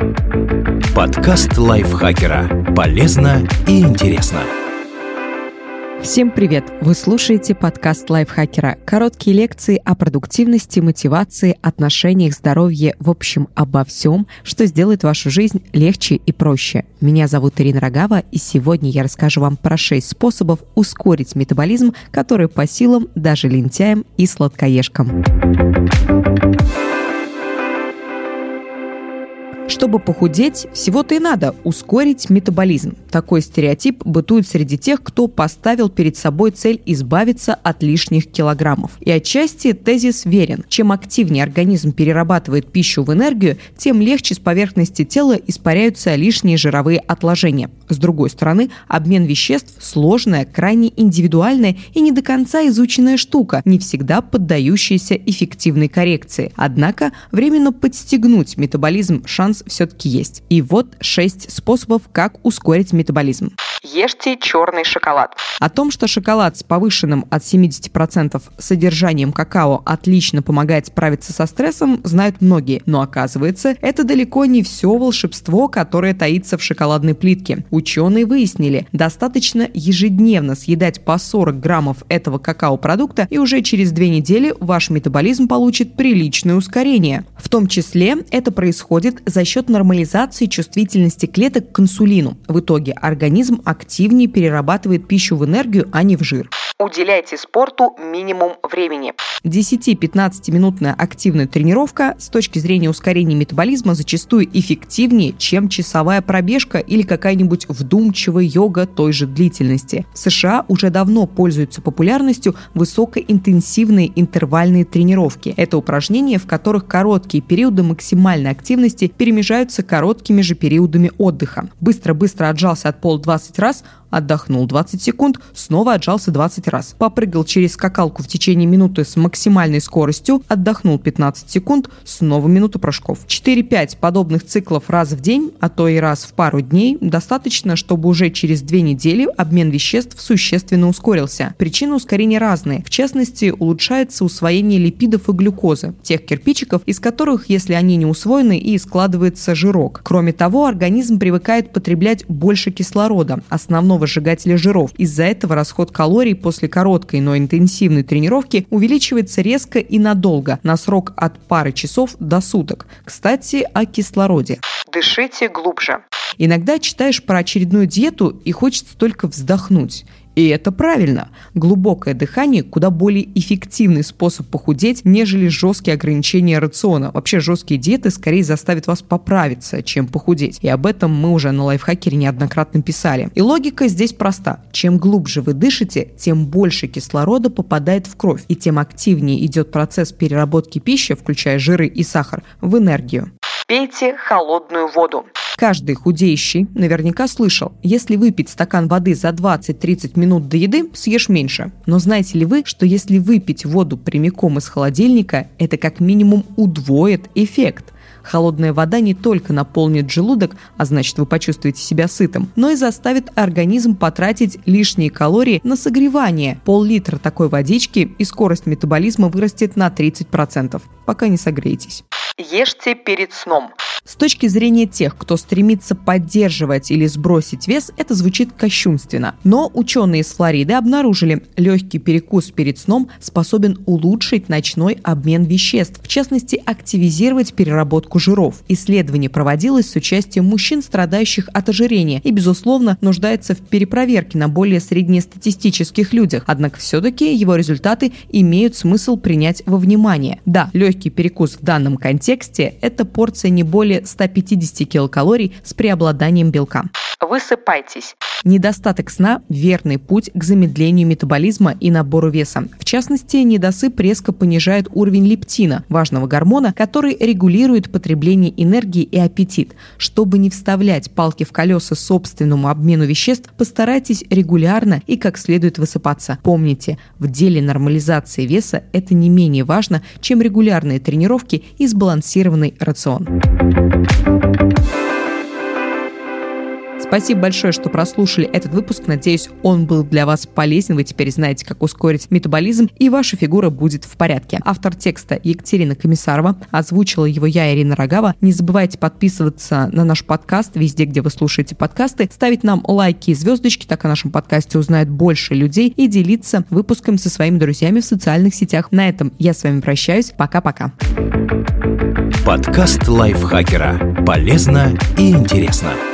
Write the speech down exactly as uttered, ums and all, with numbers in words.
Подкаст лайфхакера. Полезно и интересно. Всем привет! Вы слушаете подкаст лайфхакера. Короткие лекции о продуктивности, мотивации, отношениях, здоровье, в общем, обо всем, что сделает вашу жизнь легче и проще. Меня зовут Ирина Рогава, и сегодня я расскажу вам про шесть способов ускорить метаболизм, которые по силам даже лентяям и сладкоежкам. Чтобы похудеть, всего-то и надо ускорить метаболизм. Такой стереотип бытует среди тех, кто поставил перед собой цель избавиться от лишних килограммов. И отчасти тезис верен. Чем активнее организм перерабатывает пищу в энергию, тем легче с поверхности тела испаряются лишние жировые отложения. С другой стороны, обмен веществ – сложная, крайне индивидуальная и не до конца изученная штука, не всегда поддающаяся эффективной коррекции. Однако временно подстегнуть метаболизм шанс все-таки есть. И вот шесть способов, как ускорить метаболизм. Ешьте черный шоколад. О том, что шоколад с повышенным от семьдесят процентов содержанием какао отлично помогает справиться со стрессом, знают многие. Но оказывается, это далеко не все волшебство, которое таится в шоколадной плитке. Ученые выяснили, достаточно ежедневно съедать по сорок граммов этого какао-продукта, и уже через две недели ваш метаболизм получит приличное ускорение. В том числе это происходит за счет нормализации чувствительности клеток к инсулину. В итоге организм активнее перерабатывает пищу в энергию, а не в жир. Уделяйте спорту минимум времени. десять-пятнадцатиминутная активная тренировка с точки зрения ускорения метаболизма зачастую эффективнее, чем часовая пробежка или какая-нибудь вдумчивая йога той же длительности. В США уже давно пользуются популярностью высокоинтенсивные интервальные тренировки. Это упражнения, в которых короткие периоды максимальной активности перемежаются короткими же периодами отдыха. Быстро-быстро отжался от пола двадцать раз, отдохнул двадцать секунд, снова отжался двадцать раз. Попрыгал через скакалку в течение минуты с максимальной скоростью, отдохнул пятнадцать секунд, снова минута прыжков. четыре-пять подобных циклов раз в день, а то и раз в пару дней, достаточно, чтобы уже через две недели обмен веществ существенно ускорился. Причины ускорения разные. В частности, улучшается усвоение липидов и глюкозы, тех кирпичиков, из которых, если они не усвоены, и складывается жирок. Кроме того, организм привыкает потреблять больше кислорода, основного сжигателя жиров. Из-за этого расход калорий после короткой, но интенсивной тренировки увеличивается резко и надолго, на срок от пары часов до суток. Кстати, о кислороде. Дышите глубже. Иногда читаешь про очередную диету и хочется только вздохнуть. И это правильно. Глубокое дыхание куда более эффективный способ похудеть, нежели жесткие ограничения рациона. Вообще жесткие диеты скорее заставят вас поправиться, чем похудеть. И об этом мы уже на лайфхакере неоднократно писали. И логика здесь проста. Чем глубже вы дышите, тем больше кислорода попадает в кровь, и тем активнее идет процесс переработки пищи, включая жиры и сахар, в энергию. Пейте холодную воду. Каждый худеющий наверняка слышал, если выпить стакан воды за двадцать-тридцать минут до еды, съешь меньше. Но знаете ли вы, что если выпить воду прямиком из холодильника, это как минимум удвоит эффект? Холодная вода не только наполнит желудок, а значит вы почувствуете себя сытым, но и заставит организм потратить лишние калории на согревание. Пол-литра такой водички, и скорость метаболизма вырастет на тридцать процентов, пока не согреетесь. Ешьте перед сном. С точки зрения тех, кто стремится поддерживать или сбросить вес, это звучит кощунственно. Но ученые из Флориды обнаружили, легкий перекус перед сном способен улучшить ночной обмен веществ, в частности, активизировать переработку жиров. Исследование проводилось с участием мужчин, страдающих от ожирения, и, безусловно, нуждается в перепроверке на более среднестатистических людях. Однако все-таки его результаты имеют смысл принять во внимание. Да, легкий перекус в данном контексте – это порция не более сто пятьдесят килокалорий с преобладанием белка. Высыпайтесь. Недостаток сна – верный путь к замедлению метаболизма и набору веса. В частности, недосып резко понижает уровень лептина, важного гормона, который регулирует потребление энергии и аппетит. Чтобы не вставлять палки в колеса собственному обмену веществ, постарайтесь регулярно и как следует высыпаться. Помните, в деле нормализации веса это не менее важно, чем регулярные тренировки и сбалансированный рацион. Спасибо большое, что прослушали этот выпуск. Надеюсь, он был для вас полезен. Вы теперь знаете, как ускорить метаболизм, и ваша фигура будет в порядке. Автор текста Екатерина Комиссарова. Озвучила его я, Ирина Рогава. Не забывайте подписываться на наш подкаст везде, где вы слушаете подкасты, ставить нам лайки и звездочки, так о нашем подкасте узнает больше людей, и делиться выпуском со своими друзьями в социальных сетях. На этом я с вами прощаюсь. Пока-пока. Подкаст лайфхакера. Полезно и интересно.